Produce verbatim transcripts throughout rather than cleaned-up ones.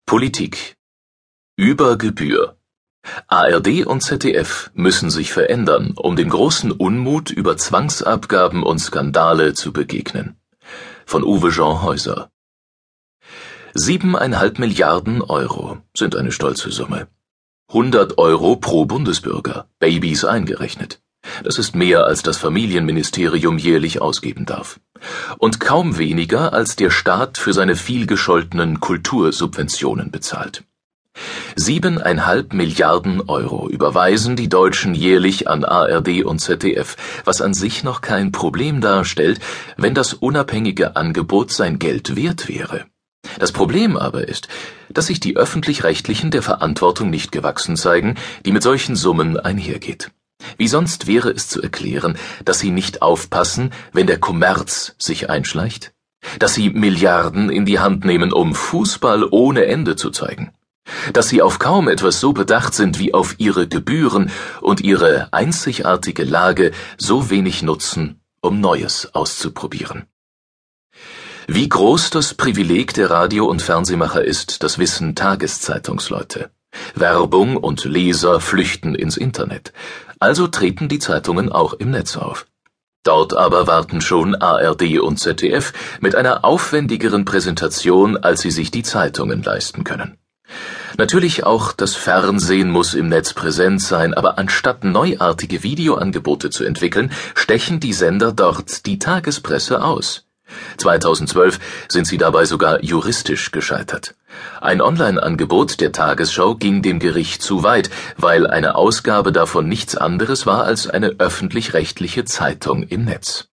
Politik. Über Gebühr. A R D und Z D F müssen sich verändern, um dem großen Unmut über Zwangsabgaben und Skandale zu begegnen. Von Uwe Jean Häuser. Siebeneinhalb Milliarden Euro sind eine stolze Summe. Hundert Euro pro Bundesbürger, Babys eingerechnet. Das ist mehr, als das Familienministerium jährlich ausgeben darf. Und kaum weniger, als der Staat für seine vielgescholtenen Kultursubventionen bezahlt. Siebeneinhalb Milliarden Euro überweisen die Deutschen jährlich an A R D und Z D F, was an sich noch kein Problem darstellt, wenn das unabhängige Angebot sein Geld wert wäre. Das Problem aber ist, dass sich die Öffentlich-Rechtlichen der Verantwortung nicht gewachsen zeigen, die mit solchen Summen einhergeht. Wie sonst wäre es zu erklären, dass sie nicht aufpassen, wenn der Kommerz sich einschleicht? Dass sie Milliarden in die Hand nehmen, um Fußball ohne Ende zu zeigen? Dass sie auf kaum etwas so bedacht sind wie auf ihre Gebühren und ihre einzigartige Lage so wenig nutzen, um Neues auszuprobieren? Wie groß das Privileg der Radio- und Fernsehmacher ist, das wissen Tageszeitungsleute. Werbung und Leser flüchten ins Internet, also treten die Zeitungen auch im Netz auf. Dort aber warten schon A R D und Z D F mit einer aufwendigeren Präsentation, als sie sich die Zeitungen leisten können. Natürlich auch das Fernsehen muss im Netz präsent sein, aber anstatt neuartige Videoangebote zu entwickeln, stechen die Sender dort die Tagespresse aus. zweitausendzwölf sind sie dabei sogar juristisch gescheitert. Ein Online-Angebot der Tagesschau ging dem Gericht zu weit, weil eine Ausgabe davon nichts anderes war als eine öffentlich-rechtliche Zeitung im Netz.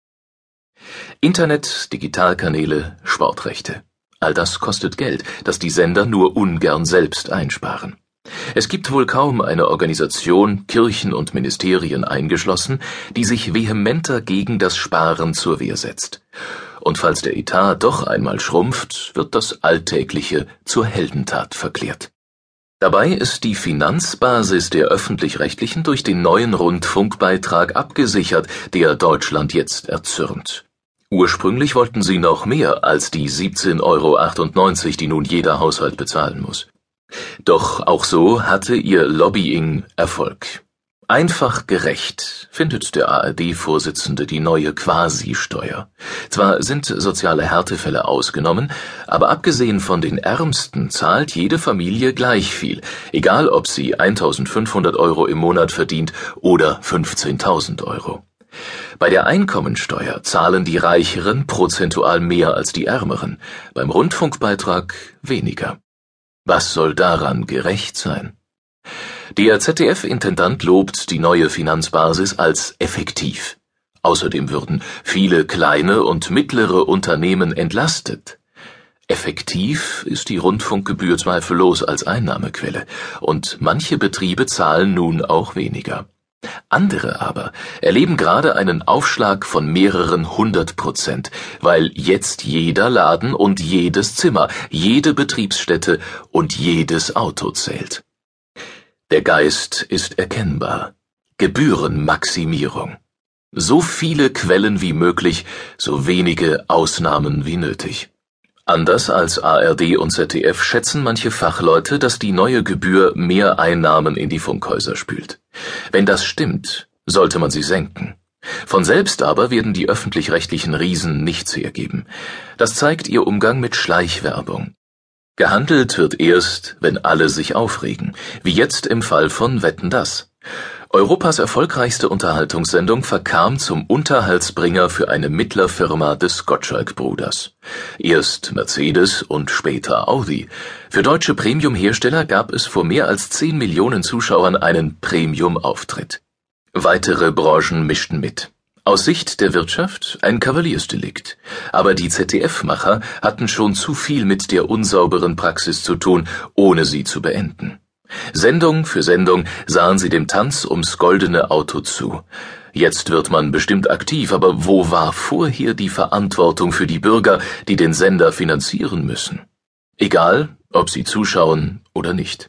Internet, Digitalkanäle, Sportrechte. All das kostet Geld, das die Sender nur ungern selbst einsparen. Es gibt wohl kaum eine Organisation, Kirchen und Ministerien eingeschlossen, die sich vehementer gegen das Sparen zur Wehr setzt. Und falls der Etat doch einmal schrumpft, wird das Alltägliche zur Heldentat verklärt. Dabei ist die Finanzbasis der Öffentlich-Rechtlichen durch den neuen Rundfunkbeitrag abgesichert, der Deutschland jetzt erzürnt. Ursprünglich wollten sie noch mehr als die siebzehn Euro achtundneunzig, die nun jeder Haushalt bezahlen muss. Doch auch so hatte ihr Lobbying Erfolg. Einfach gerecht findet der A R D-Vorsitzende die neue Quasi-Steuer. Zwar sind soziale Härtefälle ausgenommen, aber abgesehen von den Ärmsten zahlt jede Familie gleich viel, egal ob sie eintausendfünfhundert Euro im Monat verdient oder fünfzehntausend Euro. Bei der Einkommensteuer zahlen die Reicheren prozentual mehr als die Ärmeren, beim Rundfunkbeitrag weniger. Was soll daran gerecht sein? Der Z D F-Intendant lobt die neue Finanzbasis als effektiv. Außerdem würden viele kleine und mittlere Unternehmen entlastet. Effektiv ist die Rundfunkgebühr zweifellos als Einnahmequelle, und manche Betriebe zahlen nun auch weniger. Andere aber erleben gerade einen Aufschlag von mehreren hundert Prozent, weil jetzt jeder Laden und jedes Zimmer, jede Betriebsstätte und jedes Auto zählt. Der Geist ist erkennbar. Gebührenmaximierung. So viele Quellen wie möglich, so wenige Ausnahmen wie nötig. Anders als A R D und Z D F schätzen manche Fachleute, dass die neue Gebühr mehr Einnahmen in die Funkhäuser spült. Wenn das stimmt, sollte man sie senken. Von selbst aber werden die öffentlich-rechtlichen Riesen nichts hergeben. Das zeigt ihr Umgang mit Schleichwerbung. Gehandelt wird erst, wenn alle sich aufregen, wie jetzt im Fall von Wetten, dass. Europas erfolgreichste Unterhaltungssendung verkam zum Unterhaltsbringer für eine Mittlerfirma des Gottschalk-Bruders. Erst Mercedes und später Audi. Für deutsche Premium-Hersteller gab es vor mehr als zehn Millionen Zuschauern einen Premium-Auftritt. Weitere Branchen mischten mit. Aus Sicht der Wirtschaft ein Kavaliersdelikt. Aber die Z D F-Macher hatten schon zu viel mit der unsauberen Praxis zu tun, ohne sie zu beenden. Sendung für Sendung sahen sie dem Tanz ums goldene Auto zu. Jetzt wird man bestimmt aktiv, aber wo war vorher die Verantwortung für die Bürger, die den Sender finanzieren müssen? Egal, ob sie zuschauen oder nicht.